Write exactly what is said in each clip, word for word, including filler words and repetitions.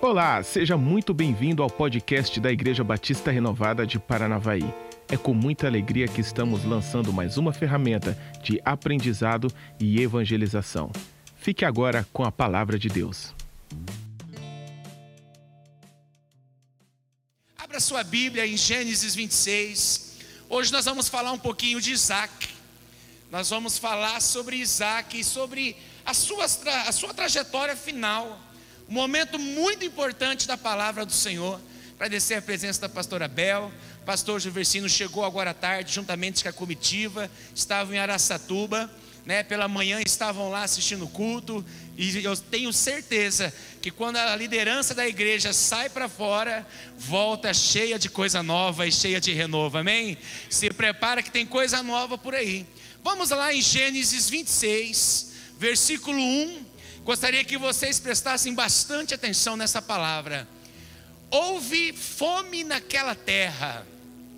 Olá, seja muito bem-vindo ao podcast da Igreja Batista Renovada de Paranavaí. É com muita alegria que estamos lançando mais uma ferramenta de aprendizado e evangelização. Fique agora com a palavra de Deus. Abra sua Bíblia em Gênesis vinte e seis. Hoje nós vamos falar um pouquinho de Isaac. Nós vamos falar sobre Isaac e sobre a sua, a sua trajetória final. Um momento muito importante da palavra do Senhor. Agradecer a presença da pastora Bel. O pastor Gilversino chegou agora à tarde, juntamente com a comitiva. Estavam em Araçatuba, né? Pela manhã estavam lá assistindo o culto. E eu tenho certeza que quando a liderança da igreja sai para fora, volta cheia de coisa nova e cheia de renovo, amém? Se prepara que tem coisa nova por aí. Vamos lá em Gênesis vinte e seis, versículo um. Gostaria que vocês prestassem bastante atenção nessa palavra. Houve fome naquela terra.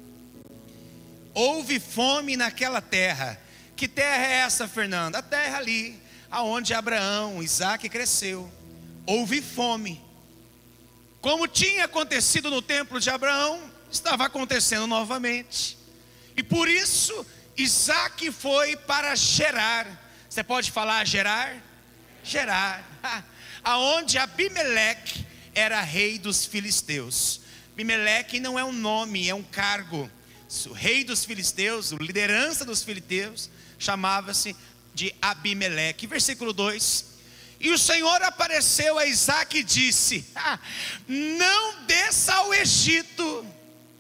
Houve fome naquela terra. Que terra é essa, Fernando? A terra ali, aonde Abraão, Isaac cresceu. Houve fome. Como tinha acontecido no templo de Abraão, estava acontecendo novamente. E por isso, Isaac foi para Gerar. Você pode falar Gerar? Gerar, aonde Abimeleque era rei dos filisteus. Abimeleque não é um nome, é um cargo. O rei dos filisteus, a liderança dos filisteus, chamava-se de Abimeleque. Versículo dois. E o Senhor apareceu a Isaac e disse: ah, não desça ao Egito,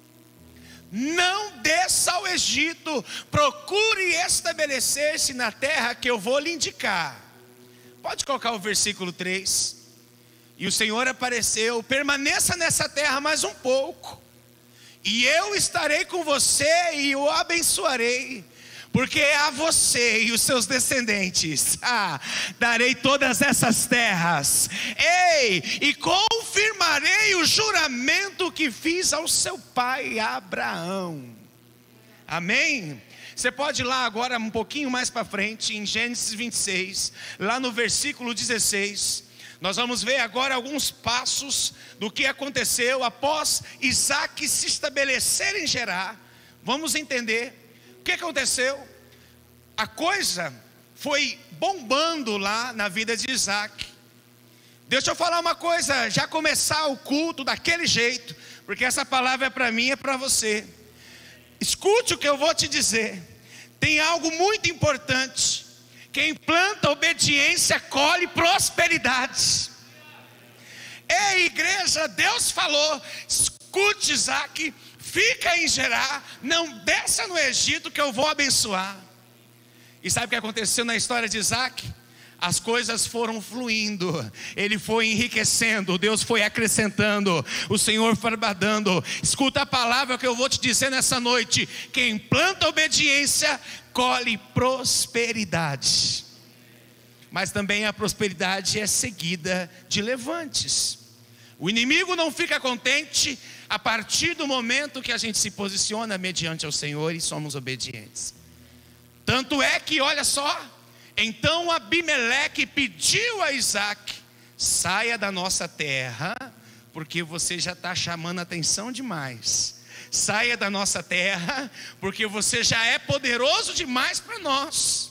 não desça ao Egito, procure estabelecer-se na terra que eu vou lhe indicar. Pode colocar o versículo três. E o Senhor apareceu: permaneça nessa terra mais um pouco, e eu estarei com você e o abençoarei, porque a você e os seus descendentes ah, darei todas essas terras. Ei, e confirmarei o juramento que fiz ao seu pai Abraão. Amém? Você pode ir lá agora um pouquinho mais para frente, em Gênesis vinte e seis, lá no versículo dezesseis. Nós vamos ver agora alguns passos do que aconteceu após Isaac se estabelecer em Gerar. Vamos entender o que aconteceu. A coisa foi bombando lá na vida de Isaac. Deixa eu falar uma coisa, já começar o culto daquele jeito, porque essa palavra é para mim, é para você. Escute o que eu vou te dizer. Tem algo muito importante. Quem planta obediência colhe prosperidade. Ei, igreja, Deus falou: escute, Isaac, fica em Gerar, não desça no Egito que eu vou abençoar. E sabe o que aconteceu na história de Isaac? As coisas foram fluindo, ele foi enriquecendo, Deus foi acrescentando, o Senhor foi dando. Escuta a palavra que eu vou te dizer nessa noite: quem planta obediência colhe prosperidade. Mas também a prosperidade é seguida de levantes. O inimigo não fica contente a partir do momento que a gente se posiciona mediante ao Senhor e somos obedientes. Tanto é que, olha só, então Abimeleque pediu a Isaac: saia da nossa terra, porque você já está chamando atenção demais. Saia da nossa terra, porque você já é poderoso demais para nós.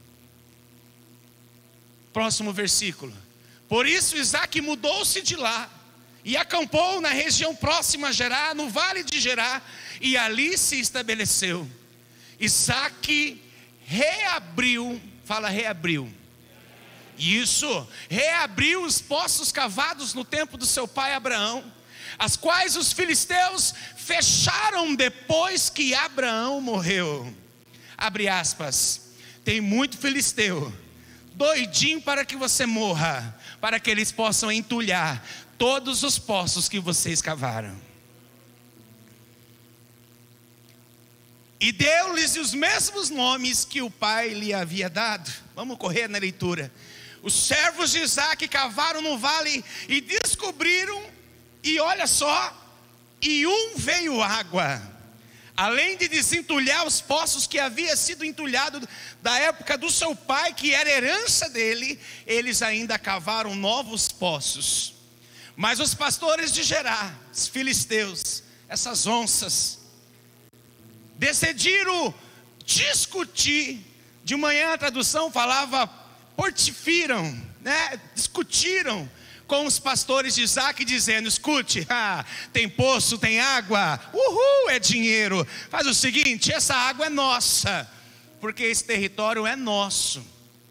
Próximo versículo. Por isso Isaac mudou-se de lá e acampou na região próxima a Gerar, no vale de Gerar, e ali se estabeleceu. Isaac reabriu, fala reabriu. Isso, reabriu os poços cavados no tempo do seu pai Abraão, as quais os filisteus fecharam depois que Abraão morreu. Abre aspas. Tem muito filisteu doidinho para que você morra, para que eles possam entulhar todos os poços que vocês cavaram. E deu-lhes os mesmos nomes que o pai lhe havia dado. Vamos correr na leitura. Os servos de Isaac cavaram no vale e descobriram, e olha só, e um veio água. Além de desentulhar os poços que havia sido entulhado da época do seu pai, que era herança dele, eles ainda cavaram novos poços. Mas os pastores de Gerar, os filisteus, essas onças, decidiram discutir. De manhã a tradução falava portifiram, né? Discutiram com os pastores de Isaac, dizendo: escute, ah, tem poço, tem água, uhul, é dinheiro. Faz o seguinte, essa água é nossa, porque esse território é nosso.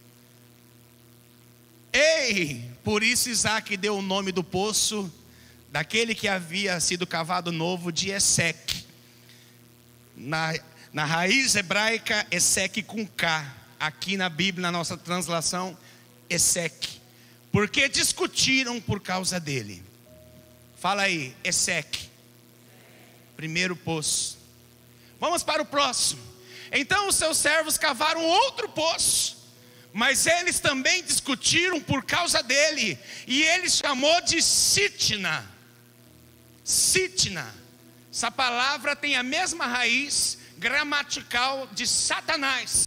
Ei, por isso Isaac deu o nome do poço, daquele que havia sido cavado novo, de Eseque. Na, na raiz hebraica, Eseque com K. Aqui na Bíblia, na nossa translação, Eseque. Porque discutiram por causa dele. Fala aí, Eseque. Primeiro poço. Vamos para o próximo. Então os seus servos cavaram outro poço, mas eles também discutiram por causa dele. E ele chamou de Sitna. Sitna. Essa palavra tem a mesma raiz gramatical de Satanás.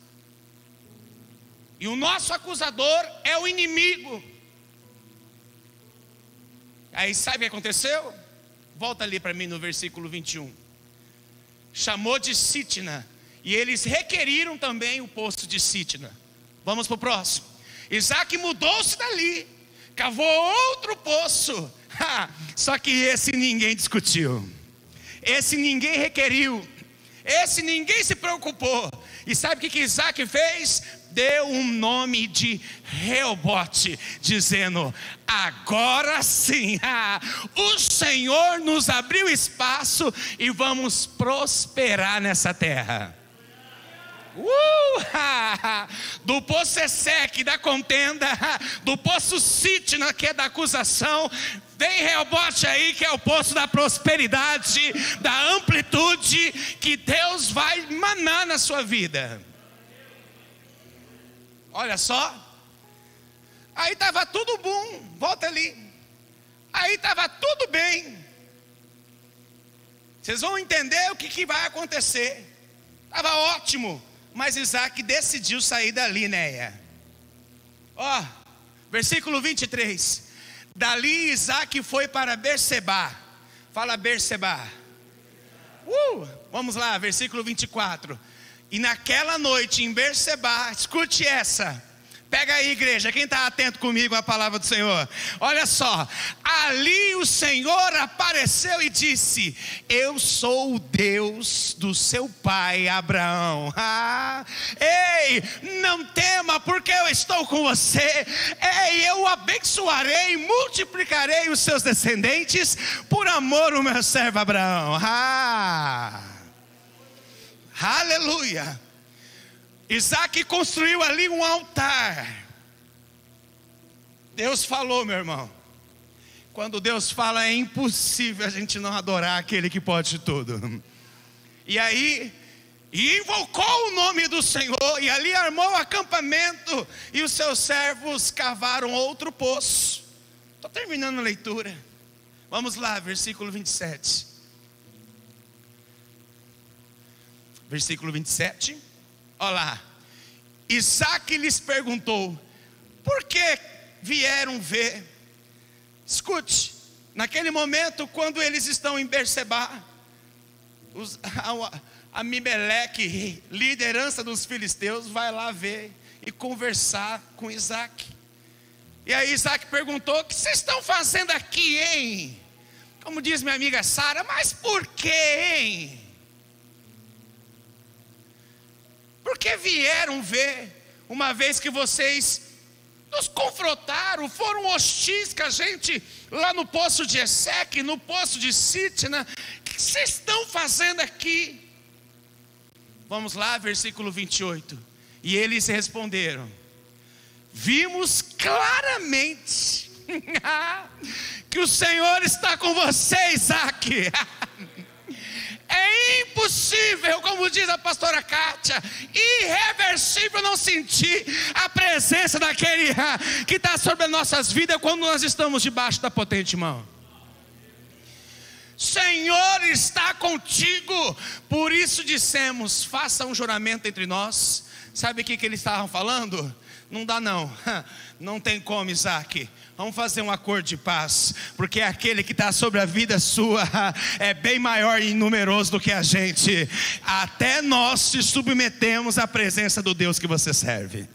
E o nosso acusador é o inimigo. Aí sabe o que aconteceu? Volta ali para mim no versículo vinte e um. Chamou de Sitna. E eles requeriram também o poço de Sitna. Vamos para o próximo. Isaac mudou-se dali, cavou outro poço. Ha, só que esse ninguém discutiu. Esse ninguém requeriu. Esse ninguém se preocupou. E sabe o que, que Isaac fez? Deu um nome de Reobote, dizendo: agora sim, ah, o Senhor nos abriu espaço e vamos prosperar nessa terra. Uh, do poço Eseque, da contenda, do poço Sitna, que é da acusação, vem Reobote aí, que é o poço da prosperidade, da amplitude, que Deus vai manar na sua vida. Olha só, aí estava tudo bom, volta ali, aí estava tudo bem. Vocês vão entender o que, que vai acontecer. Estava ótimo, mas Isaac decidiu sair dali, né? Ó, versículo vinte e três. Dali Isaac foi para Berseba. Fala Berseba. Uh, vamos lá, versículo vinte e quatro. E naquela noite em Berseba, escute essa. Pega aí, igreja, quem está atento comigo à palavra do Senhor? Olha só, ali o Senhor apareceu e disse: eu sou o Deus do seu pai Abraão. Ah, ei, não tema, porque eu estou com você. Ei, eu o abençoarei e multiplicarei os seus descendentes por amor ao meu servo Abraão. Ah, aleluia. Isaac construiu ali um altar. Deus falou, meu irmão. Quando Deus fala, é impossível a gente não adorar aquele que pode tudo. E aí, e invocou o nome do Senhor, e ali armou o acampamento, e os seus servos cavaram outro poço. Estou terminando a leitura. Vamos lá, versículo vinte e sete. Versículo vinte e sete. Olha lá, Isaac lhes perguntou: por que vieram ver? Escute, naquele momento, quando eles estão em Berseba, os, a, a Amimeleque, liderança dos filisteus, vai lá ver e conversar com Isaac. E aí Isaac perguntou: o que vocês estão fazendo aqui, hein? Como diz minha amiga Sara, mas por que, hein? Porque vieram ver, uma vez que vocês nos confrontaram, foram hostis com a gente lá no poço de Eseque, no poço de Sitna. O que vocês estão fazendo aqui? Vamos lá, versículo vinte e oito. E eles responderam: vimos claramente que o Senhor está com você, Isaac. É impossível, como diz a pastora Kátia, irreversível não sentir a presença daquele que está sobre as nossas vidas quando nós estamos debaixo da potente mão. Senhor está contigo, por isso dissemos: faça um juramento entre nós. Sabe o que, que eles estavam falando? não dá não, não tem como, Isaac. Vamos fazer um acordo de paz, porque aquele que está sobre a vida sua é bem maior e numeroso do que a gente. Até nós se submetemos à presença do Deus que você serve.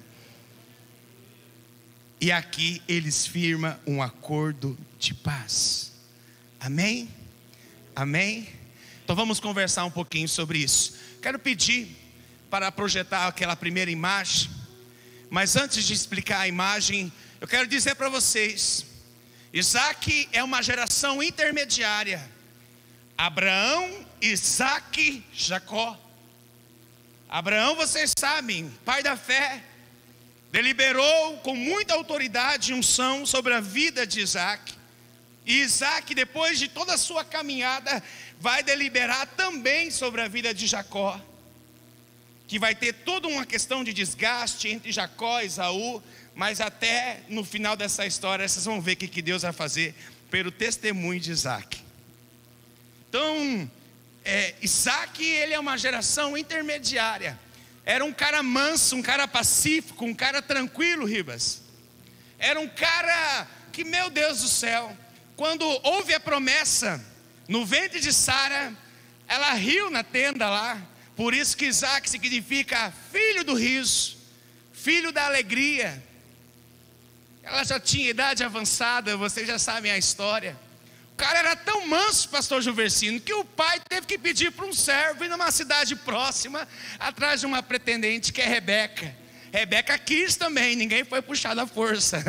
E aqui eles firmam um acordo de paz. Amém? Amém? Então vamos conversar um pouquinho sobre isso. Quero pedir para projetar aquela primeira imagem. Mas antes de explicar a imagem, eu quero dizer para vocês: Isaac é uma geração intermediária. Abraão, Isaac, Jacó. Abraão, vocês sabem, pai da fé, deliberou com muita autoridade e unção sobre a vida de Isaac. E Isaac, depois de toda a sua caminhada, vai deliberar também sobre a vida de Jacó, que vai ter toda uma questão de desgaste entre Jacó e Esaú, mas até no final dessa história, vocês vão ver o que Deus vai fazer pelo testemunho de Isaac. Então, é, Isaac, ele é uma geração intermediária. Era um cara manso, um cara pacífico, um cara tranquilo, Ribas. Era um cara que, meu Deus do céu, quando houve a promessa no ventre de Sara, ela riu na tenda lá. Por isso que Isaac significa filho do riso, filho da alegria. Ela já tinha idade avançada, vocês já sabem a história. O cara era tão manso, pastor Juversino, que o pai teve que pedir para um servo ir numa cidade próxima, atrás de uma pretendente que é Rebeca. Rebeca quis também, ninguém foi puxado à força.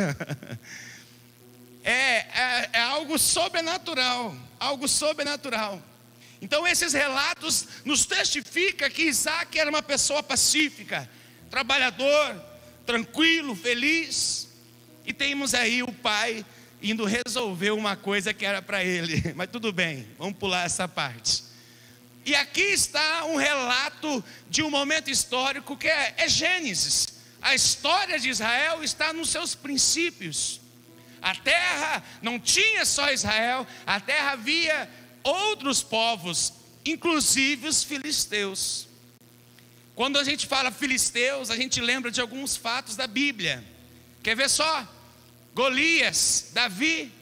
é, é, é algo sobrenatural, algo sobrenatural. Então esses relatos nos testificam que Isaac era uma pessoa pacífica, trabalhador, tranquilo, feliz. E temos aí o pai indo resolver uma coisa que era para ele. Mas tudo bem, vamos pular essa parte. E aqui está um relato de um momento histórico que é, é Gênesis. A história de Israel está nos seus princípios. A terra não tinha só Israel, a terra havia outros povos, inclusive os filisteus. Quando a gente fala filisteus, a gente lembra de alguns fatos da Bíblia. Quer ver só? Golias, Davi.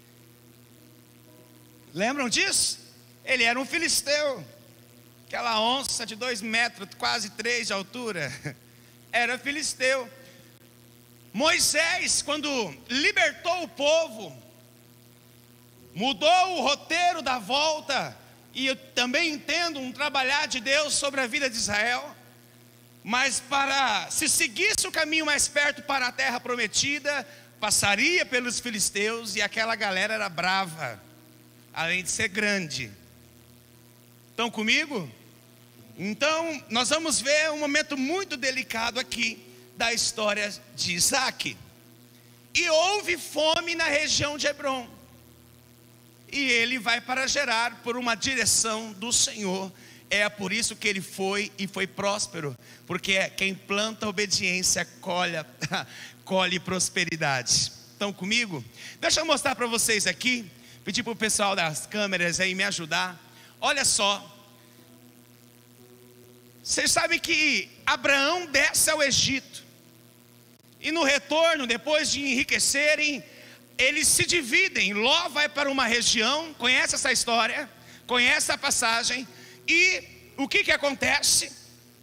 Lembram disso? Ele era um filisteu. Aquela onça de dois metros, quase três de altura. Era filisteu. Moisés, quando libertou o povo, mudou o roteiro da volta. E eu também entendo um trabalhar de Deus sobre a vida de Israel. Mas para, se seguisse o caminho mais perto para a terra prometida, passaria pelos filisteus. E aquela galera era brava, além de ser grande. Estão comigo? Então nós vamos ver um momento muito delicado aqui da história de Isaac. E houve fome na região de Hebrom. E ele vai para Gerar por uma direção do Senhor. É por isso que ele foi e foi próspero. Porque quem planta obediência colhe, colhe prosperidade. Estão comigo? Deixa eu mostrar para vocês aqui. Pedir para o pessoal das câmeras aí me ajudar. Olha só. Vocês sabem que Abraão desce ao Egito. E no retorno, depois de enriquecerem, eles se dividem. Ló vai para uma região, conhece essa história, conhece a passagem. E o que que acontece?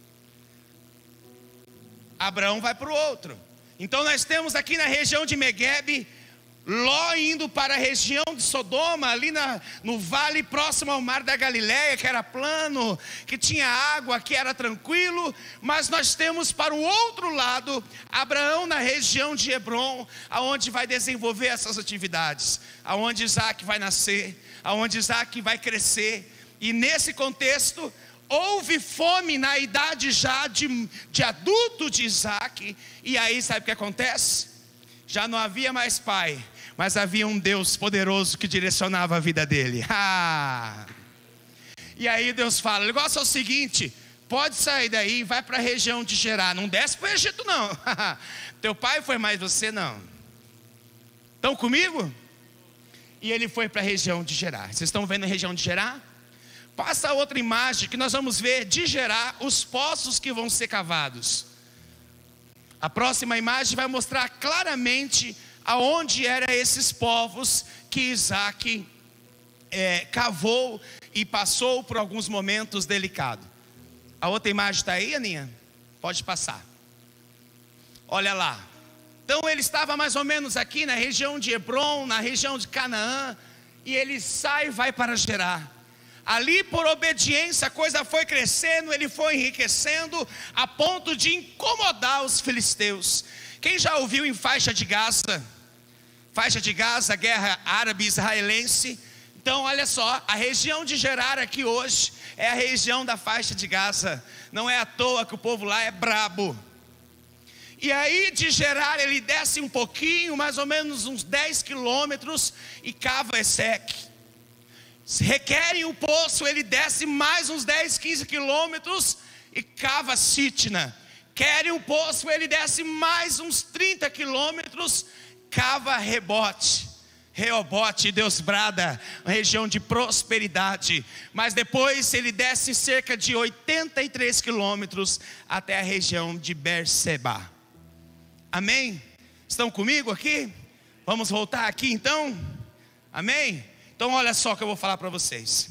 Abraão vai para o outro. Então nós temos aqui na região de Meguebe, Ló indo para a região de Sodoma, ali na, no vale próximo ao mar da Galileia, que era plano, que tinha água, que era tranquilo. Mas nós temos para o outro lado, Abraão na região de Hebrom, aonde vai desenvolver essas atividades, aonde Isaac vai nascer, aonde Isaac vai crescer. E nesse contexto, houve fome na idade já de, de adulto de Isaac. E aí sabe o que acontece? Já não havia mais pai, mas havia um Deus poderoso que direcionava a vida dele. Ah! E aí Deus fala, o negócio é o seguinte, pode sair daí, vai para a região de Gerar. Não desce para o Egito não. Teu pai foi mais você não. Estão comigo? E ele foi para a região de Gerar. Vocês estão vendo a região de Gerar? Passa outra imagem que nós vamos ver de Gerar os poços que vão ser cavados. A próxima imagem vai mostrar claramente aonde eram esses povos que Isaac é, cavou e passou por alguns momentos delicados. A outra imagem está aí, Aninha? Pode passar. Olha lá. Então ele estava mais ou menos aqui na região de Hebron, na região de Canaã, e ele sai e vai para Gerar. Ali, por obediência, a coisa foi crescendo, ele foi enriquecendo, a ponto de incomodar os filisteus. Quem já ouviu em Faixa de Gaza? Faixa de Gaza, guerra árabe-israelense. Então, olha só, a região de Gerar aqui hoje é a região da Faixa de Gaza. Não é à toa que o povo lá é brabo. E aí de Gerar ele desce um pouquinho, mais ou menos uns dez quilômetros, e cava Eseque. Se requerem o poço, ele desce mais uns dez, quinze quilômetros e cava Sitna. Querem o poço, ele desce mais uns trinta quilômetros, cava Rebote. Reobote, Deus brada, uma região de prosperidade. Mas depois ele desce cerca de oitenta e três quilômetros até a região de Berseba. Amém? Estão comigo aqui? Vamos voltar aqui então? Amém? Então olha só o que eu vou falar para vocês.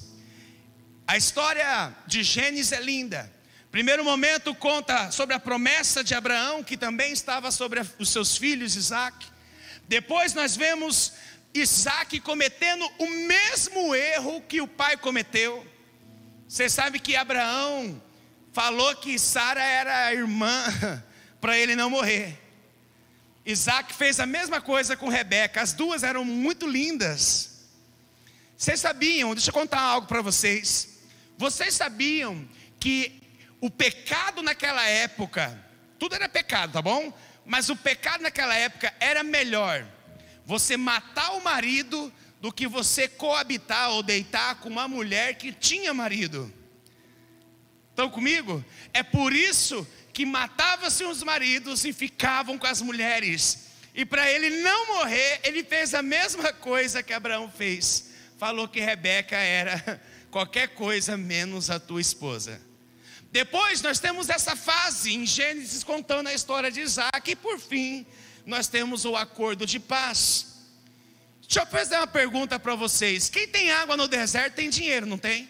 A história de Gênesis é linda. Primeiro momento conta sobre a promessa de Abraão, que também estava sobre os seus filhos Isaac. Depois nós vemos Isaac cometendo o mesmo erro que o pai cometeu. Você sabe que Abraão falou que Sara era a irmã para ele não morrer. Isaac fez a mesma coisa com Rebeca. As duas eram muito lindas. Vocês sabiam, deixa eu contar algo para vocês. Vocês sabiam que o pecado naquela época, tudo era pecado, tá bom? Mas o pecado naquela época era melhor você matar o marido do que você coabitar ou deitar com uma mulher que tinha marido. Estão comigo? É por isso que matavam-se os maridos e ficavam com as mulheres. E para ele não morrer, ele fez a mesma coisa que Abraão fez. Falou que Rebeca era qualquer coisa menos a tua esposa. Depois nós temos essa fase em Gênesis contando a história de Isaac. E por fim, nós temos o acordo de paz. Deixa eu fazer uma pergunta para vocês. Quem tem água no deserto tem dinheiro, não tem?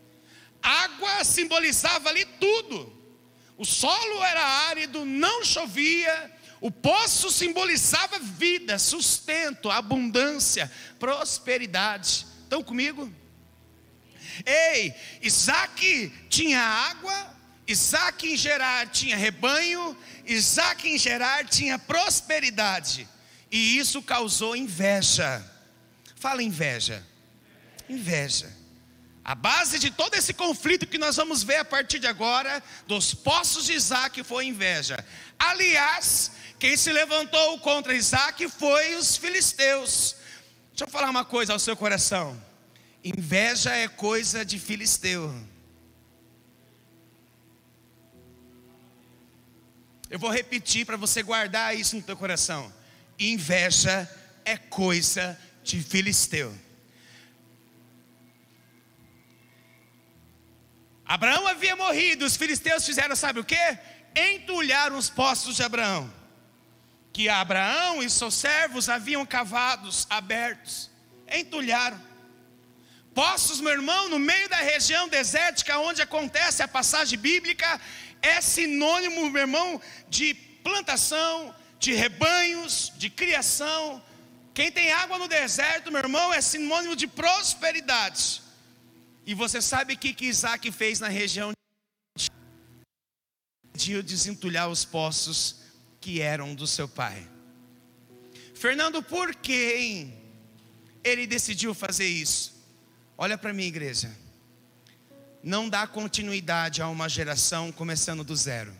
Água simbolizava ali tudo. O solo era árido, não chovia. O poço simbolizava vida, sustento, abundância, prosperidade. Estão comigo? Ei, Isaac tinha água, Isaac em Gerar tinha rebanho, Isaac em Gerar tinha prosperidade. E isso causou inveja. Fala inveja. Inveja. A base de todo esse conflito que nós vamos ver a partir de agora, dos poços de Isaac, foi inveja. Aliás, quem se levantou contra Isaac foi os filisteus. Deixa eu falar uma coisa ao seu coração. Inveja é coisa de filisteu. Eu vou repetir para você guardar isso no teu coração. Inveja é coisa de filisteu. Abraão havia morrido, os filisteus fizeram sabe o quê? Entulharam os poços de Abraão, que Abraão e seus servos haviam cavados, abertos. Entulharam. Poços, meu irmão, no meio da região desértica onde acontece a passagem bíblica, é sinônimo, meu irmão, de plantação, de rebanhos, de criação. Quem tem água no deserto, meu irmão, é sinônimo de prosperidade. E você sabe o que, que Isaac fez na região? Decidiu desentulhar os poços que eram do seu pai. Fernando, por que hein? Ele decidiu fazer isso? Olha para mim, igreja. Não dá continuidade a uma geração começando do zero.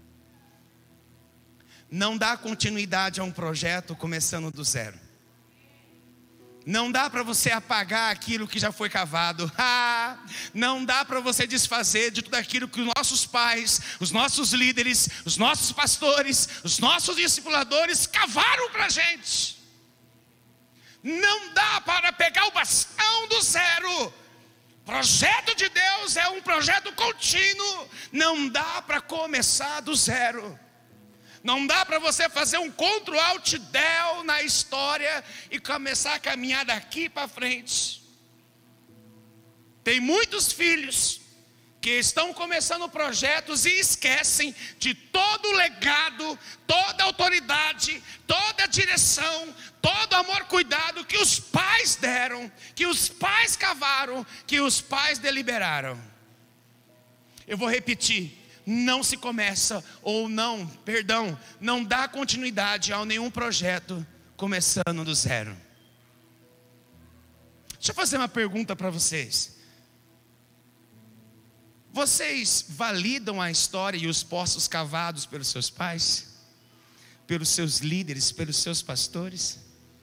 Não dá continuidade a um projeto começando do zero. Não dá para você apagar aquilo que já foi cavado. Ah, não dá para você desfazer de tudo aquilo que os nossos pais, os nossos líderes, os nossos pastores, os nossos discipuladores cavaram para a gente. Não dá para pegar o bastão do zero. Projeto de Deus é um projeto contínuo. Não dá para começar do zero. Não dá para você fazer um Ctrl Alt Del na história e começar a caminhar daqui para frente. Tem muitos filhos que estão começando projetos e esquecem de todo o legado, toda a autoridade, toda a direção, todo o amor, cuidado que os pais deram, que os pais cavaram, que os pais deliberaram. Eu vou repetir. Não se começa, ou não, perdão, não dá continuidade a nenhum projeto começando do zero. Deixa eu fazer uma pergunta para vocês. Vocês validam a história e os poços cavados pelos seus pais? Pelos seus líderes, pelos seus pastores?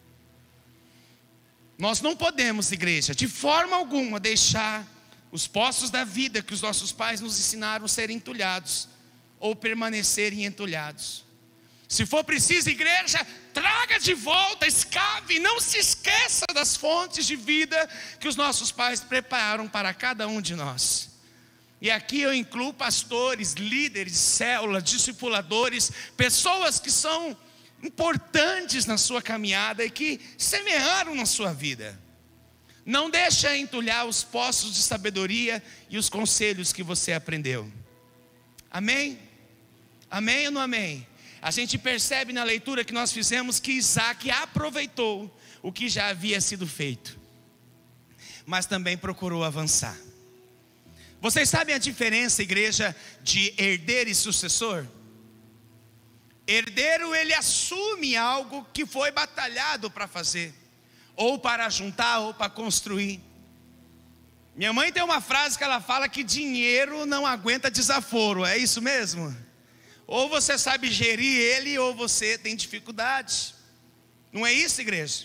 Nós não podemos, igreja, de forma alguma deixar os poços da vida que os nossos pais nos ensinaram a serem entulhados, ou permanecerem entulhados. Se for preciso, igreja, traga de volta, escave, não se esqueça das fontes de vida que os nossos pais prepararam para cada um de nós. E aqui eu incluo pastores, líderes, células, discipuladores, pessoas que são importantes na sua caminhada e que semearam na sua vida. Não deixa entulhar os poços de sabedoria e os conselhos que você aprendeu. Amém? Amém ou não amém? A gente percebe na leitura que nós fizemos que Isaac aproveitou o que já havia sido feito, mas também procurou avançar. Vocês sabem a diferença, igreja, de herdeiro e sucessor? Herdeiro, ele assume algo que foi batalhado para fazer, ou para juntar, ou para construir. Minha mãe tem uma frase que ela fala que dinheiro não aguenta desaforo. É isso mesmo? Ou você sabe gerir ele, ou você tem dificuldade. Não é isso, igreja?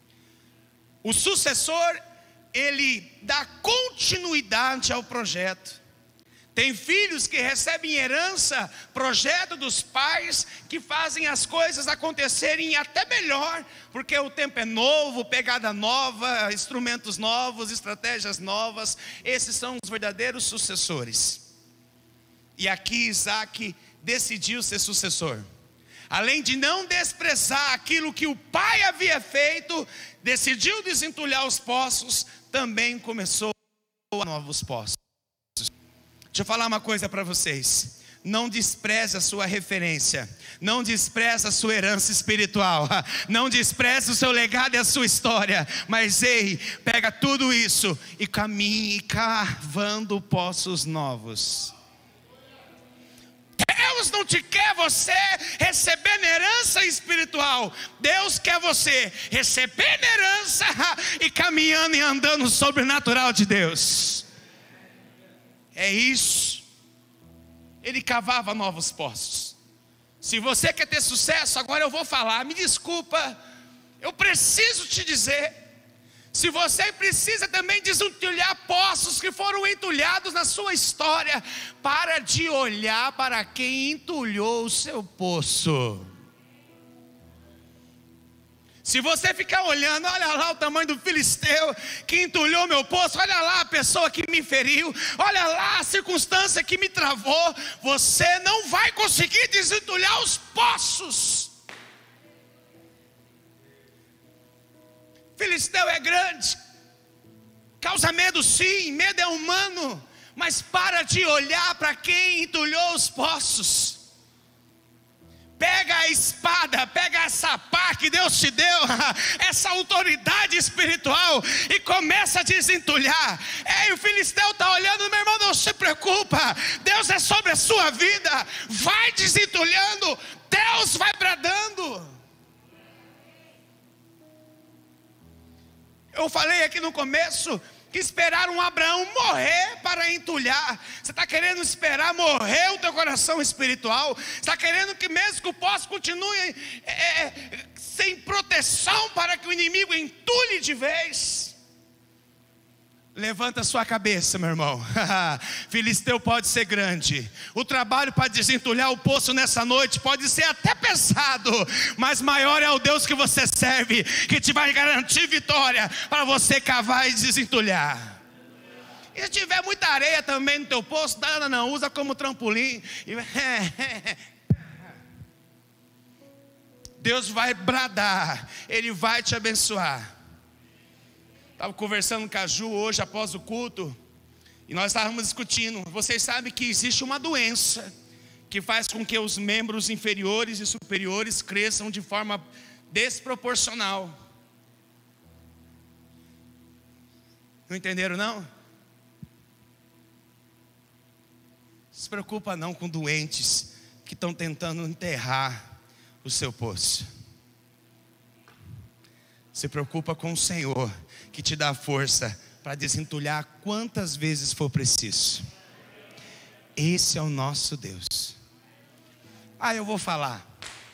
O sucessor, ele dá continuidade ao projeto. Tem filhos que recebem herança, projeto dos pais, que fazem as coisas acontecerem até melhor, porque o tempo é novo, pegada nova, instrumentos novos, estratégias novas. Esses são os verdadeiros sucessores. E aqui Isaac decidiu ser sucessor. Além de não desprezar aquilo que o pai havia feito, decidiu desentulhar os poços, também começou a novos poços. Deixa eu falar uma coisa para vocês. Não despreze a sua referência. Não despreze a sua herança espiritual. Não despreze o seu legado e a sua história. Mas ei, pega tudo isso e caminhe cavando poços novos. Deus não te quer você recebendo herança espiritual. Deus quer você recebendo herança e caminhando e andando no sobrenatural de Deus. É isso. Ele cavava novos poços. Se você quer ter sucesso, agora eu vou falar. Me desculpa, eu preciso te dizer. Se você precisa também desentulhar poços que foram entulhados na sua história, para de olhar para quem entulhou o seu poço. Se você ficar olhando, olha lá o tamanho do filisteu que entulhou meu poço, olha lá a pessoa que me feriu, olha lá a circunstância que me travou, você não vai conseguir desentulhar os poços. Filisteu é grande, causa medo sim, medo é humano, mas para de olhar para quem entulhou os poços. Pega a espada, pega essa pá que Deus te deu, essa autoridade espiritual, e começa a desentulhar. Ei, o filisteu está olhando, meu irmão, não se preocupa, Deus é sobre a sua vida. Vai desentulhando, Deus vai bradando. Eu falei aqui no começo que esperaram Abraão morrer para entulhar. Você está querendo esperar morrer o teu coração espiritual? Você está querendo que mesmo que o poço continue é, sem proteção, para que o inimigo entulhe de vez? Levanta a sua cabeça, meu irmão. Filisteu pode ser grande. O trabalho para desentulhar o poço nessa noite pode ser até pesado, mas maior é o Deus que você serve, que te vai garantir vitória para você cavar e desentulhar. E se tiver muita areia também no teu poço, não, não, usa como trampolim. Deus vai bradar, Ele vai te abençoar. Estava conversando com a Ju hoje após o culto, e nós estávamos discutindo. Vocês sabem que existe uma doença que faz com que os membros inferiores e superiores cresçam de forma desproporcional. Não entenderam não? Não se preocupa não com doentes que estão tentando enterrar o seu poço. Se preocupa com o Senhor, que te dá força para desentulhar quantas vezes for preciso. Esse é o nosso Deus. Ah, eu vou falar.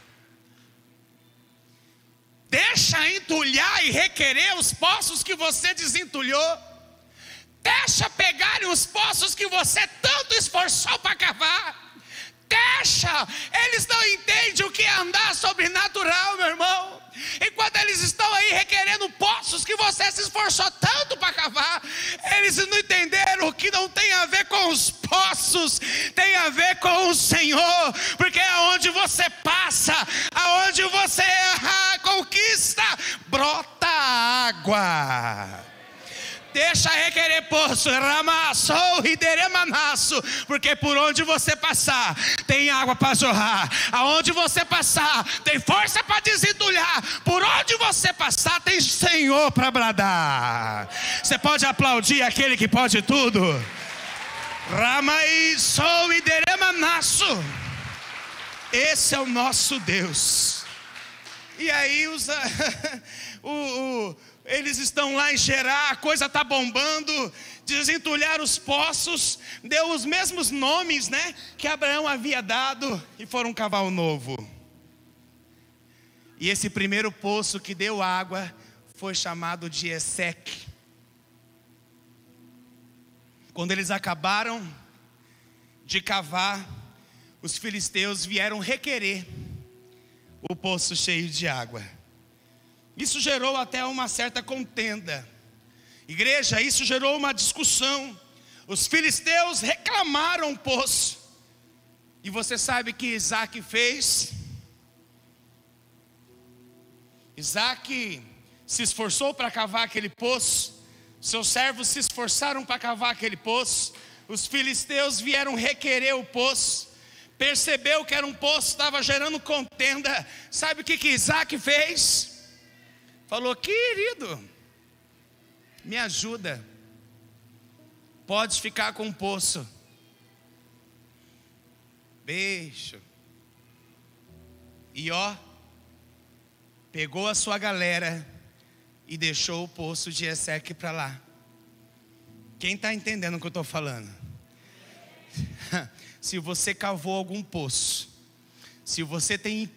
Deixa entulhar e requerer os poços que você desentulhou. Deixa pegarem os poços que você tanto esforçou para cavar. Deixa, eles não entendem o que é andar sobrenatural, meu irmão. Enquanto eles estão aí requerendo poços que você se esforçou tanto para cavar, eles não entenderam que não tem a ver com os poços, tem a ver com o Senhor, porque aonde você passa, aonde você erra, conquista, brota água. Deixa requerer poço, ramassou e deremanaço, porque por onde você passar, tem água para jorrar. Aonde você passar, tem força para desentulhar. Por onde você passar, tem Senhor para bradar. Você pode aplaudir aquele que pode tudo. Ramassou e deremanaço. Esse é o nosso Deus. E aí usa o... o eles estão lá em Gerar, a coisa está bombando, desentulhar os poços, deu os mesmos nomes, né, que Abraão havia dado, e foram cavar o novo. E esse primeiro poço que deu água foi chamado de Eseque. Quando eles acabaram de cavar, os filisteus vieram requerer o poço cheio de água. Isso gerou até uma certa contenda. Igreja, isso gerou uma discussão. Os filisteus reclamaram o poço. E você sabe o que Isaac fez? Isaac se esforçou para cavar aquele poço. Seus servos se esforçaram para cavar aquele poço. Os filisteus vieram requerer o poço. Percebeu que era um poço, estava gerando contenda. Sabe o que, que Isaac fez? Falou, querido, me ajuda, pode ficar com o poço. Beijo. E ó, pegou a sua galera e deixou o poço de Eseque para lá. Quem está entendendo o que eu estou falando? Se você cavou algum poço, se você tem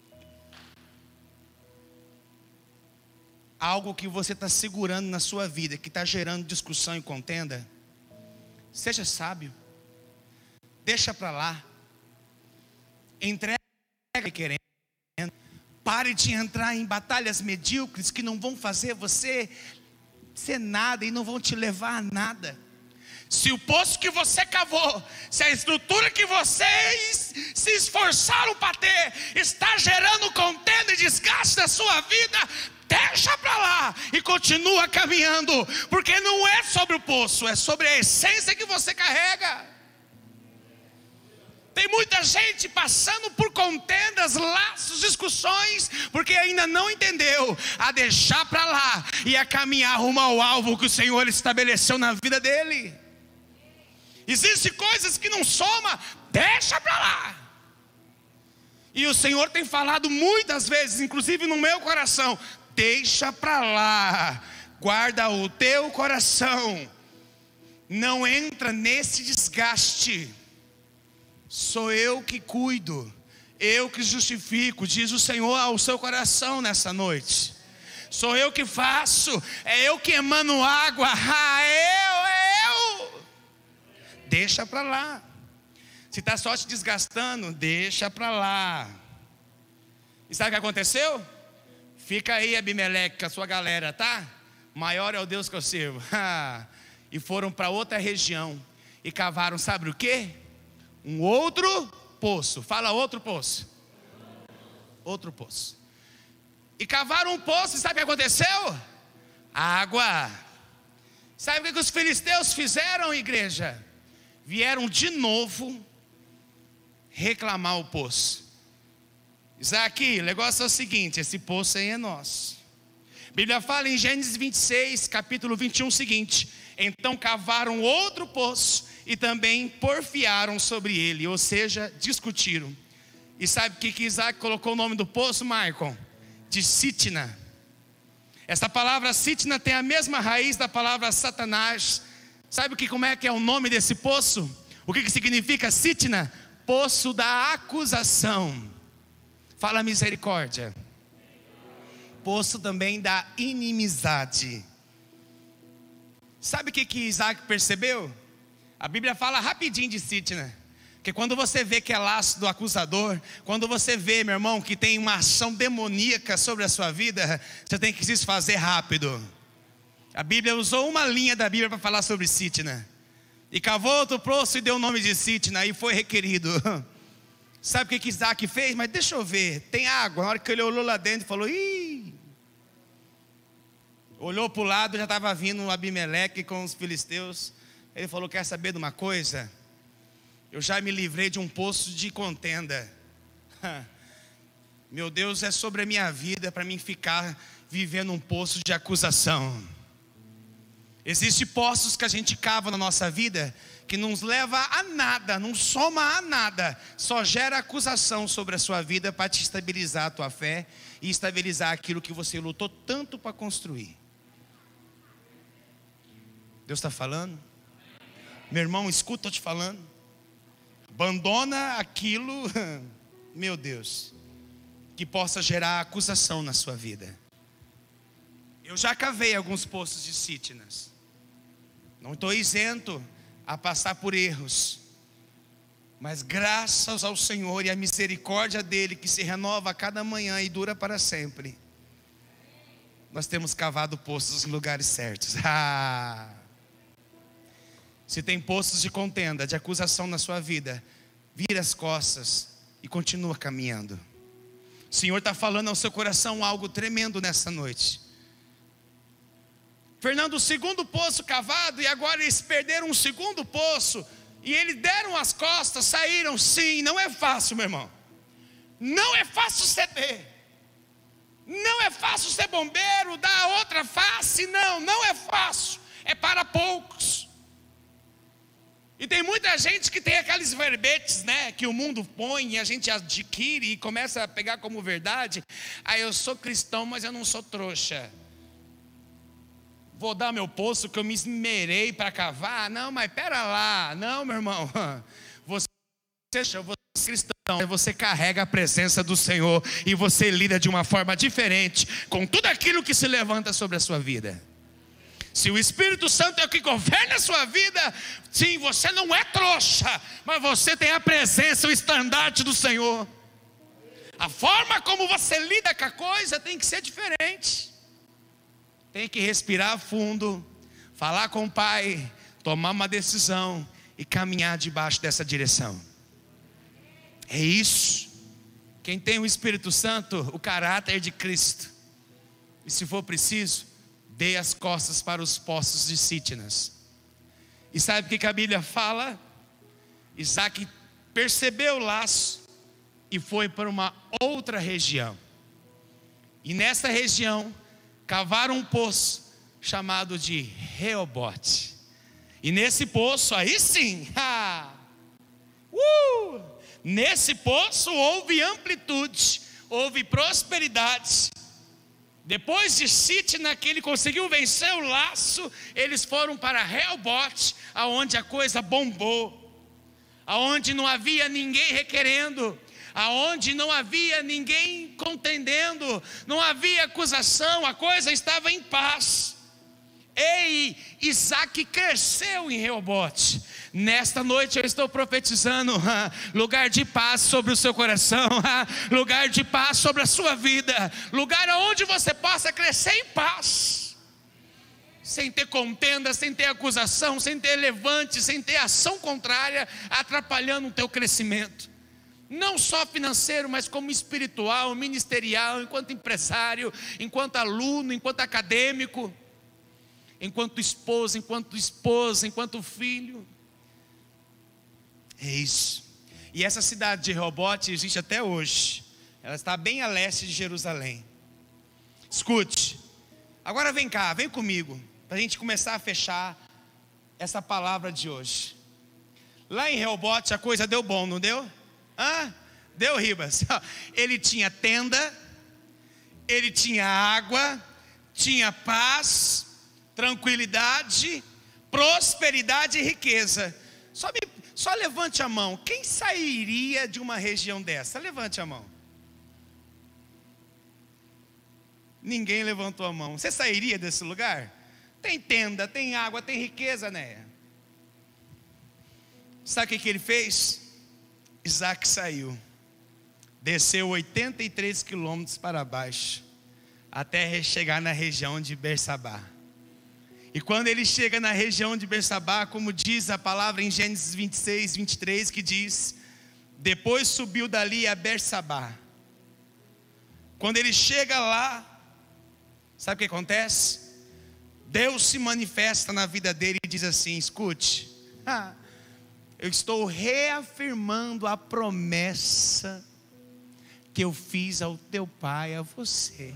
algo que você está segurando na sua vida, que está gerando discussão e contenda, seja sábio, deixa para lá, entrega querendo, pare de entrar em batalhas medíocres que não vão fazer você ser nada e não vão te levar a nada. Se o poço que você cavou, se a estrutura que vocês se esforçaram para ter está gerando contenda e desgaste na sua vida, deixa para lá e continua caminhando, porque não é sobre o poço, é sobre a essência que você carrega. Tem muita gente passando por contendas, laços, discussões, porque ainda não entendeu a deixar para lá e a caminhar rumo ao alvo que o Senhor estabeleceu na vida dele. Existem coisas que não soma, deixa para lá. E o Senhor tem falado muitas vezes, inclusive no meu coração, deixa para lá, guarda o teu coração, não entra nesse desgaste. Sou eu que cuido, eu que justifico, diz o Senhor ao seu coração nessa noite. Sou eu que faço, é eu que emano água, ah, eu, eu. Deixa para lá. Se está só te desgastando, deixa para lá. E sabe o que aconteceu? Fica aí, Abimeleque, com a sua galera, tá? Maior é o Deus que eu sirvo. E foram para outra região e cavaram, sabe o quê? Um outro poço. Fala outro poço. Outro poço. E cavaram um poço, e sabe o que aconteceu? Água. Sabe o que os filisteus fizeram, igreja? Vieram de novo reclamar o poço. Isaac, o negócio é o seguinte, esse poço aí é nosso. A Bíblia fala em Gênesis vinte e seis, capítulo vinte e um, o seguinte: então cavaram outro poço e também porfiaram sobre ele, ou seja, discutiram. E sabe o que, que Isaac colocou o nome do poço, Maicon? De Sitna. Essa palavra Sitna tem a mesma raiz da palavra Satanás. Sabe o que, como é que é o nome desse poço? O que, que significa Sitna? Poço da acusação. Fala misericórdia. Poço também da inimizade. Sabe o que, que Isaac percebeu? A Bíblia fala rapidinho de Sitna. Porque quando você vê que é laço do acusador, quando você vê, meu irmão, que tem uma ação demoníaca sobre a sua vida, você tem que se desfazer rápido. A Bíblia usou uma linha da Bíblia para falar sobre Sitna. E cavou outro poço e deu o nome de Sitna, e foi requerido. Sabe o que, que Isaac fez? Mas deixa eu ver, tem água. Na hora que ele olhou lá dentro, falou, ih. Olhou para o lado, já estava vindo o Abimeleque com os filisteus. Ele falou, quer saber de uma coisa? Eu já me livrei de um poço de contenda. Meu Deus, é sobre a minha vida para mim ficar vivendo um poço de acusação. Existem poços que a gente cava na nossa vida que não nos leva a nada, não soma a nada, só gera acusação sobre a sua vida para te estabilizar a tua fé e estabilizar aquilo que você lutou tanto para construir. Deus está falando? Meu irmão, escuta eu te falando. Abandona aquilo, meu Deus, que possa gerar acusação na sua vida. Eu já cavei alguns poços de Sitnas. Não estou isento a passar por erros, mas graças ao Senhor e à misericórdia dele, que se renova a cada manhã e dura para sempre, nós temos cavado poços em lugares certos. Ah! Se tem poços de contenda, de acusação na sua vida, vira as costas e continua caminhando. O Senhor está falando ao seu coração algo tremendo nessa noite. Fernando, o segundo poço cavado, e agora eles perderam um segundo poço, e eles deram as costas, saíram. Sim, não é fácil, meu irmão. Não é fácil ceder. Não é fácil ser bombeiro, dar a outra face. Não, não é fácil. É para poucos. E tem muita gente que tem aqueles verbetes, né, que o mundo põe e a gente adquire e começa a pegar como verdade. Ah, eu sou cristão, mas eu não sou trouxa. Vou dar meu poço que eu me esmerei para cavar. Não, mas pera lá. Não, meu irmão. Você, você é cristão, você carrega a presença do Senhor e você lida de uma forma diferente com tudo aquilo que se levanta sobre a sua vida. Se o Espírito Santo é o que governa a sua vida, sim, você não é trouxa, mas você tem a presença, o estandarte do Senhor. A forma como você lida com a coisa tem que ser diferente. Tem que respirar fundo, falar com o Pai, tomar uma decisão e caminhar debaixo dessa direção. É isso. Quem tem o Espírito Santo, o caráter de Cristo. E se for preciso, dê as costas para os poços de Sitnas. E sabe o que a Bíblia fala? Isaac percebeu o laço e foi para uma outra região. E nessa região cavaram um poço chamado de Reobote. E nesse poço, aí sim, ha, uh, nesse poço houve amplitude, houve prosperidade. Depois de Sitna, que ele conseguiu vencer o laço, eles foram para Reobote, aonde a coisa bombou, aonde não havia ninguém requerendo, aonde não havia ninguém contendendo, não havia acusação, a coisa estava em paz. Ei, Isaac cresceu em Reobote. Nesta noite eu estou profetizando ah, lugar de paz sobre o seu coração, ah, lugar de paz sobre a sua vida, lugar onde você possa crescer em paz, sem ter contenda, sem ter acusação, sem ter levante, sem ter ação contrária atrapalhando o teu crescimento. Não só financeiro, mas como espiritual, ministerial, enquanto empresário, enquanto aluno, enquanto acadêmico, enquanto esposo, enquanto esposa, enquanto filho. É isso. E essa cidade de Rehobote existe até hoje. Ela está bem a leste de Jerusalém. Escute. Agora vem cá, vem comigo, para a gente começar a fechar essa palavra de hoje. Lá em Rehobote a coisa deu bom, não deu? Hã? Deu, Ribas? Ele tinha tenda, ele tinha água, tinha paz, tranquilidade, prosperidade e riqueza. Só, me, só levante a mão. Quem sairia de uma região dessa? Levante a mão. Ninguém levantou a mão. Você sairia desse lugar? Tem tenda, tem água, tem riqueza, né? Sabe o que, que ele fez? Isaac saiu, desceu oitenta e três quilômetros para baixo, até chegar na região de Bersabá. E quando ele chega na região de Bersabá, como diz a palavra em Gênesis vinte e seis, vinte e três, que diz: depois subiu dali a Bersabá. Quando ele chega lá, sabe o que acontece? Deus se manifesta na vida dele e diz assim: escute, ah, eu estou reafirmando a promessa que eu fiz ao teu pai, a você.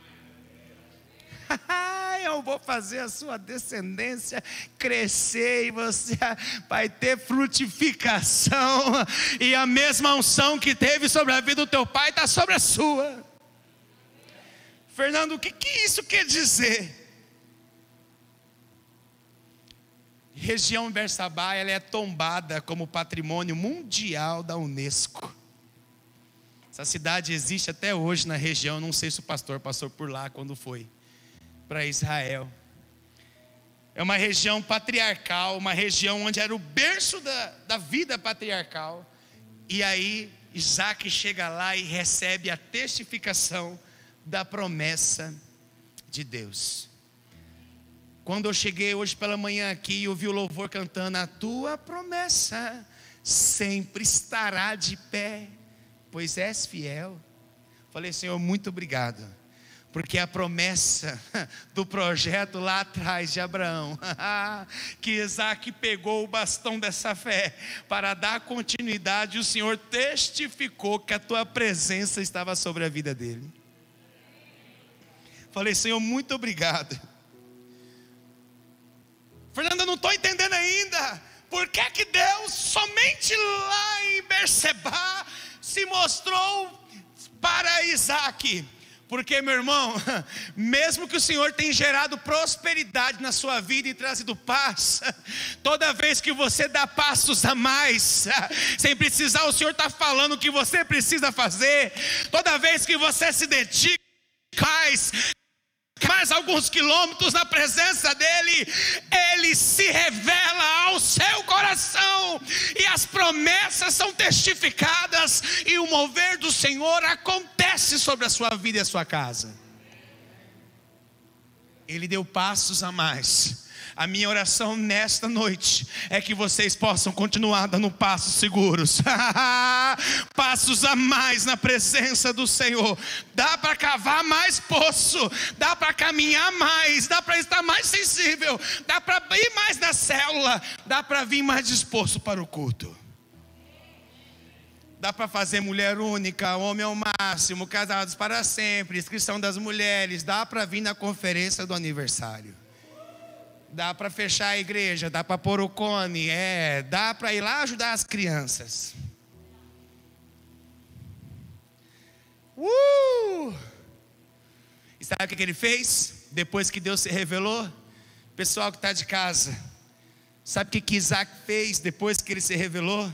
Eu vou fazer a sua descendência crescer e você vai ter frutificação, e a mesma unção que teve sobre a vida do teu pai está sobre a sua. Fernando, o que, que isso quer dizer? Região Bersabá, ela é tombada como patrimônio mundial da Unesco. Essa cidade existe até hoje na região. Não sei se o pastor passou por lá quando foi para Israel. É uma região patriarcal, uma região onde era o berço da, da vida patriarcal. E aí Isaac chega lá e recebe a testificação da promessa de Deus. Quando eu cheguei hoje pela manhã aqui e ouvi o louvor cantando: a tua promessa sempre estará de pé, pois és fiel. Falei: Senhor, muito obrigado, porque a promessa do projeto lá atrás de Abraão, que Isaac pegou o bastão dessa fé para dar continuidade, o Senhor testificou que a tua presença estava sobre a vida dele. Falei: Senhor, muito obrigado. Fernando, eu não estou entendendo ainda. Por que que Deus somente lá em Bersabá se mostrou para Isaac? Porque, meu irmão, mesmo que o Senhor tenha gerado prosperidade na sua vida e trazido paz, toda vez que você dá passos a mais, sem precisar o Senhor está falando o que você precisa fazer. Toda vez que você se dedica mais alguns quilômetros na presença dele, ele se revela ao seu coração, e as promessas são testificadas, e o mover do Senhor acontece sobre a sua vida e a sua casa. Ele deu passos a mais. A minha oração nesta noite é que vocês possam continuar dando passos seguros, passos a mais na presença do Senhor. Dá para cavar mais poço, dá para caminhar mais, dá para estar mais sensível, dá para ir mais na célula, dá para vir mais disposto para o culto. Dá para fazer mulher única, homem ao máximo, casados para sempre, inscrição das mulheres. Dá para vir na conferência do aniversário. Dá para fechar a igreja, dá para pôr o cone, é, dá para ir lá ajudar as crianças. Uh! E sabe o que ele fez? Depois que Deus se revelou, pessoal que está de casa, sabe o que, que Isaac fez depois que ele se revelou?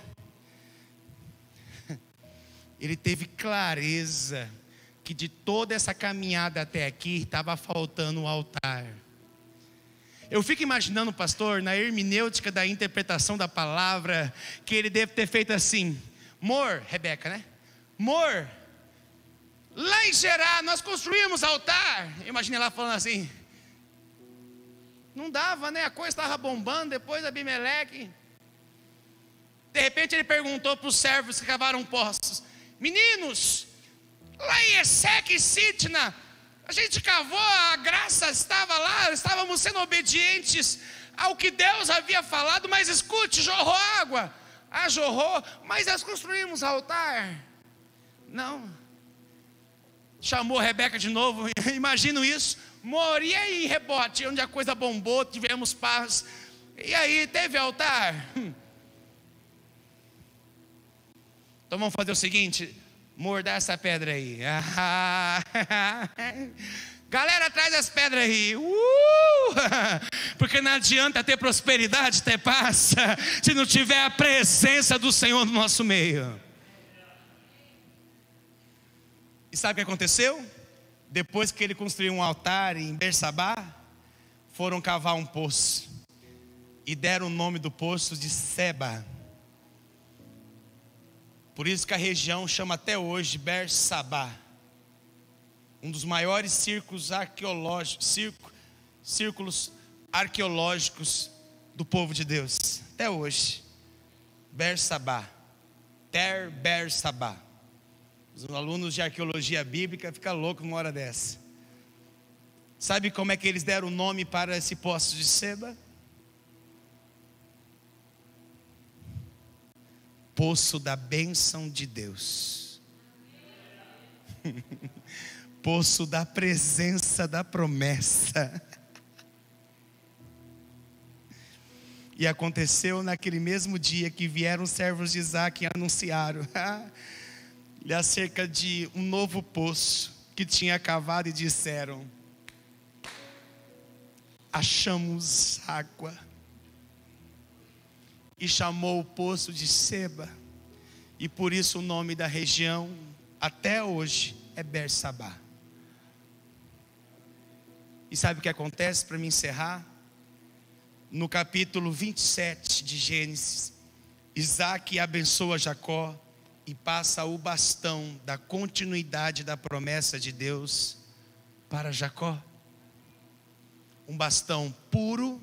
Ele teve clareza que de toda essa caminhada até aqui estava faltando o altar. Eu fico imaginando, pastor, na hermenêutica da interpretação da palavra, que ele deve ter feito assim: Mor, Rebeca, né? Mor, lá em Gerá nós construímos altar. Imagina ela falando assim: não dava, né? A coisa estava bombando depois da Abimeleque. De repente ele perguntou para os servos que cavaram poços: meninos, lá em Eseque e Sitna, a gente cavou, a graça estava lá, estávamos sendo obedientes ao que Deus havia falado, mas escute, jorrou água. Ah, jorrou, mas nós construímos altar. Não. Chamou Rebeca de novo, imagino isso. Amor, e aí, rebote, onde a coisa bombou, tivemos paz. E aí, teve altar? Hum. Então vamos fazer o seguinte: mordar essa pedra aí. Galera, traz as pedras aí. Uh! Porque não adianta ter prosperidade, ter paz, se não tiver a presença do Senhor no nosso meio. E sabe o que aconteceu? Depois que ele construiu um altar em Bersabá, foram cavar um poço e deram o nome do poço de Seba. Por isso que a região chama até hoje Bersabá, um dos maiores círculos arqueológicos, círculo, círculos arqueológicos do povo de Deus, até hoje. Bersabá, Ter Bersabá. Os alunos de arqueologia bíblica ficam loucos numa hora dessa. Sabe como é que eles deram o nome para esse poço de Seba? Poço da bênção de Deus. Poço da presença da promessa. E aconteceu naquele mesmo dia que vieram os servos de Isaac e anunciaram acerca de um novo poço que tinha cavado, e disseram: achamos água. E chamou o poço de Seba, e por isso o nome da região até hoje é Bersabá. E sabe o que acontece, para me encerrar? No capítulo vinte e sete de Gênesis, Isaac abençoa Jacó e passa o bastão da continuidade da promessa de Deus para Jacó. Um bastão puro,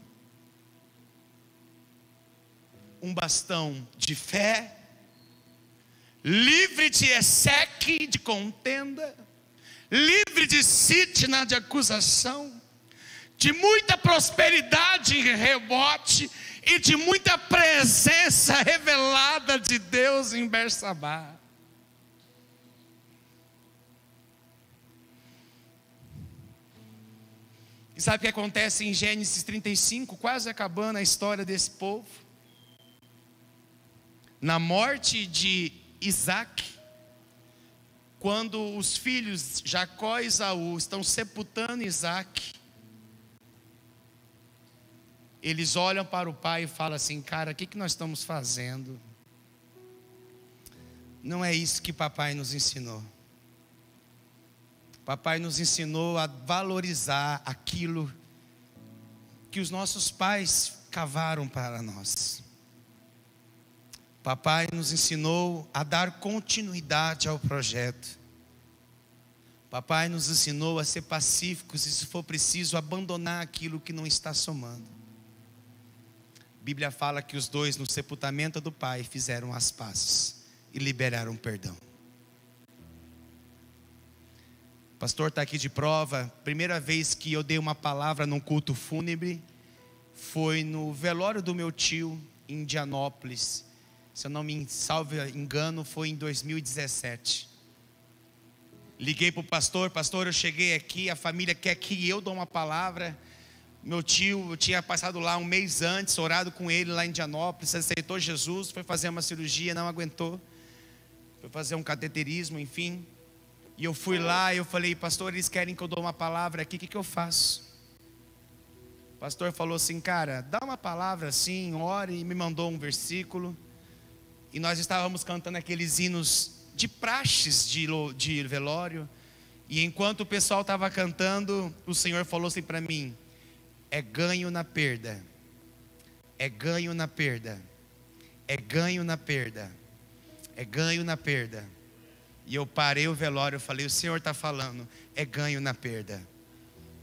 um bastão de fé, livre de Eseque, de contenda, livre de Sitna, de acusação, de muita prosperidade em rebote e de muita presença revelada de Deus em Bersabá. E sabe o que acontece em Gênesis trinta e cinco, quase acabando a história desse povo? Na morte de Isaac, quando os filhos Jacó e Esaú estão sepultando Isaac, eles olham para o pai e falam assim: cara, o que, que nós estamos fazendo? Não é isso que papai nos ensinou. Papai nos ensinou a valorizar aquilo que os nossos pais cavaram para nós. Papai nos ensinou a dar continuidade ao projeto. Papai nos ensinou a ser pacíficos e, se for preciso, abandonar aquilo que não está somando. A Bíblia fala que os dois, no sepultamento do pai, fizeram as pazes e liberaram perdão. O pastor está aqui de prova. Primeira vez que eu dei uma palavra num culto fúnebre foi no velório do meu tio em Indianópolis. Se eu não me salvo engano, foi em dois mil e dezessete. Liguei para o pastor: pastor, eu cheguei aqui, a família quer que eu dou uma palavra. Meu tio, eu tinha passado lá um mês antes, orado com ele lá em Indianópolis, aceitou Jesus, foi fazer uma cirurgia, não aguentou, foi fazer um cateterismo, enfim. E eu fui lá e eu falei: pastor, eles querem que eu dou uma palavra aqui, o que, que eu faço? O pastor falou assim: cara, dá uma palavra assim, ore, e me mandou um versículo. E nós estávamos cantando aqueles hinos de praxes de, de velório. E enquanto o pessoal estava cantando, o Senhor falou assim para mim: é ganho na perda, é ganho na perda, é ganho na perda, é ganho na perda. E eu parei o velório, eu falei: o Senhor está falando, é ganho na perda.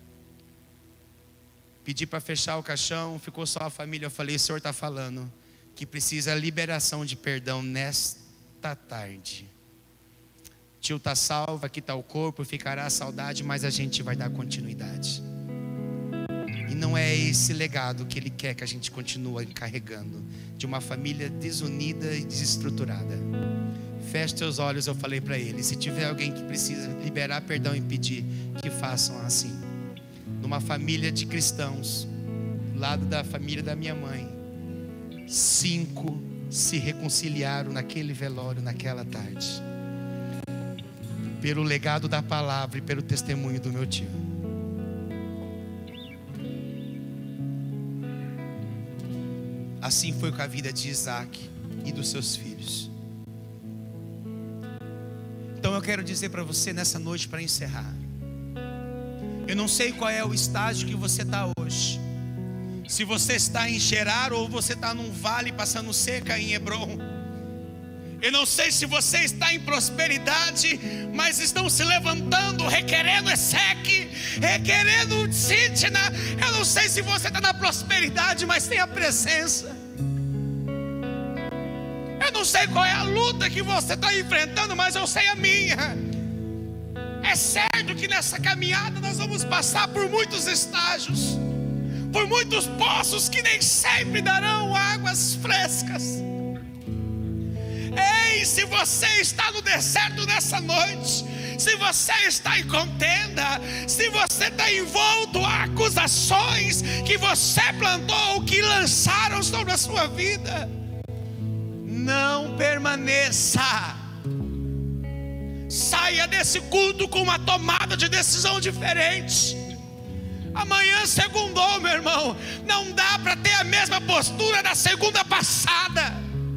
Pedi para fechar o caixão, ficou só a família, eu falei: o Senhor está falando, que precisa liberação de perdão nesta tarde. Tio está salvo, aqui está o corpo, ficará a saudade, mas a gente vai dar continuidade. E não é esse legado que Ele quer que a gente continue carregando, de uma família desunida e desestruturada. Feche teus olhos, eu falei para ele, se tiver alguém que precisa liberar perdão e pedir, que façam assim. Numa família de cristãos, do lado da família da minha mãe, cinco se reconciliaram naquele velório, naquela tarde, pelo legado da palavra e pelo testemunho do meu tio. Assim foi com a vida de Isaac e dos seus filhos. Então eu quero dizer para você nessa noite, para encerrar, eu não sei qual é o estágio que você está hoje. Se você está em Gerar ou você está num vale passando seca em Hebron. Eu não sei se você está em prosperidade, mas estão se levantando, requerendo Ezeque, requerendo Sitna. Eu não sei se você está na prosperidade, mas tem a presença. Eu não sei qual é a luta que você está enfrentando, mas eu sei a minha. É certo que nessa caminhada nós vamos passar por muitos estágios, por muitos poços que nem sempre darão águas frescas. Ei, se você está no deserto nessa noite, se você está em contenda, se você está envolto a acusações que você plantou, que lançaram sobre a sua vida, não permaneça. Saia desse culto com uma tomada de decisão diferente. Amanhã segundou, meu irmão. Não dá para ter a mesma postura da segunda passada.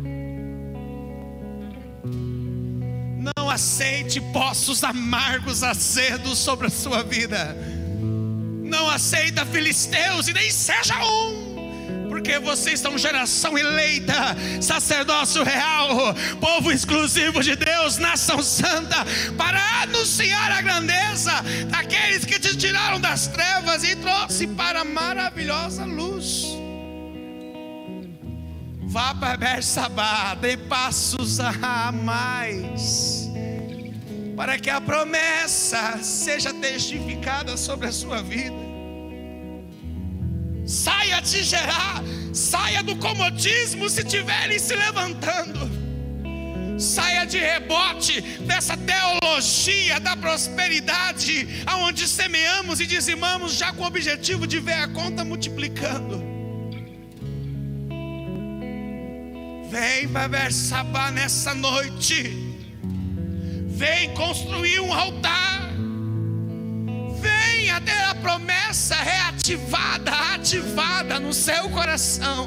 Não aceite poços amargos, azedos sobre a sua vida. Não aceita filisteus e nem seja um. Porque vocês são geração eleita, sacerdócio real, povo exclusivo de Deus, nação santa, para anunciar a grandeza daqueles que te tiraram das trevas e trouxe para a maravilhosa luz. Vá para Bersabá, dê passos a mais, para que a promessa seja testificada sobre a sua vida. Saia de Gerar, saia do comodismo se estiverem se levantando. Saia de rebote dessa teologia da prosperidade, aonde semeamos e dizimamos já com o objetivo de ver a conta multiplicando. Vem para Bersabá nessa noite. Vem construir um altar. Venha ter a promessa reativada, ativada no seu coração.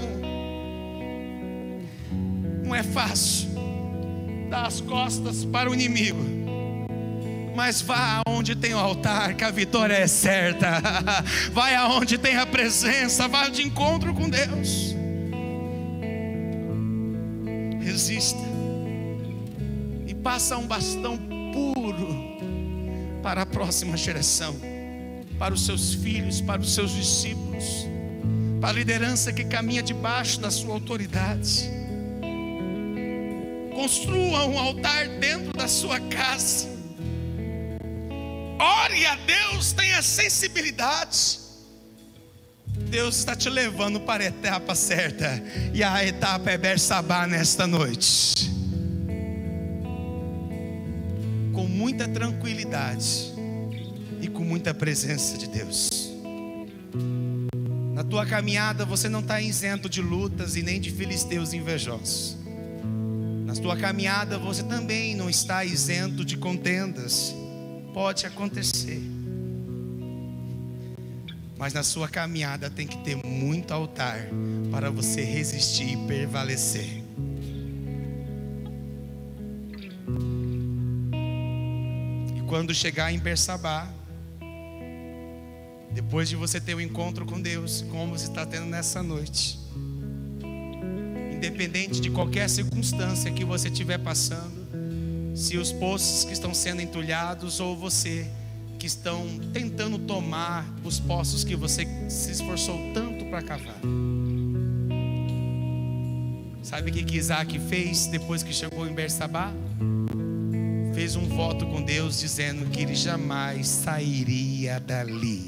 Não é fácil dar as costas para o inimigo, mas vá aonde tem o altar, que a vitória é certa. Vai aonde tem a presença, vá de encontro com Deus. Resista e passa um bastão puro para a próxima geração, para os seus filhos, para os seus discípulos, para a liderança que caminha debaixo da sua autoridade. Construa um altar dentro da sua casa. Ore a Deus, tenha sensibilidade. Deus está te levando para a etapa certa, e a etapa é Bersabá nesta noite. Com muita tranquilidade e com muita presença de Deus. Na tua caminhada você não está isento de lutas e nem de filisteus invejosos. Na tua caminhada você também não está isento de contendas. Pode acontecer. Mas na sua caminhada tem que ter muito altar para você resistir e prevalecer. Quando chegar em Bersabá, depois de você ter um encontro com Deus, como você está tendo nessa noite, independente de qualquer circunstância que você estiver passando, se os poços que estão sendo entulhados ou você que estão tentando tomar os poços que você se esforçou tanto para cavar, Sabe o que que Isaac fez depois que chegou em Bersabá? Fez um voto com Deus dizendo que ele jamais sairia dali.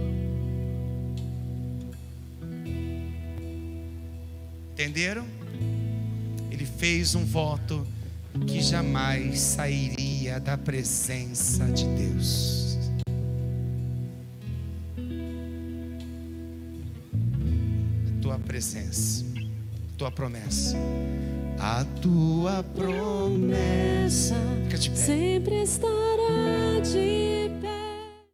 Entenderam? Ele fez um voto que jamais sairia da presença de Deus. A tua presença, a tua promessa, a tua promessa sempre estará de pé.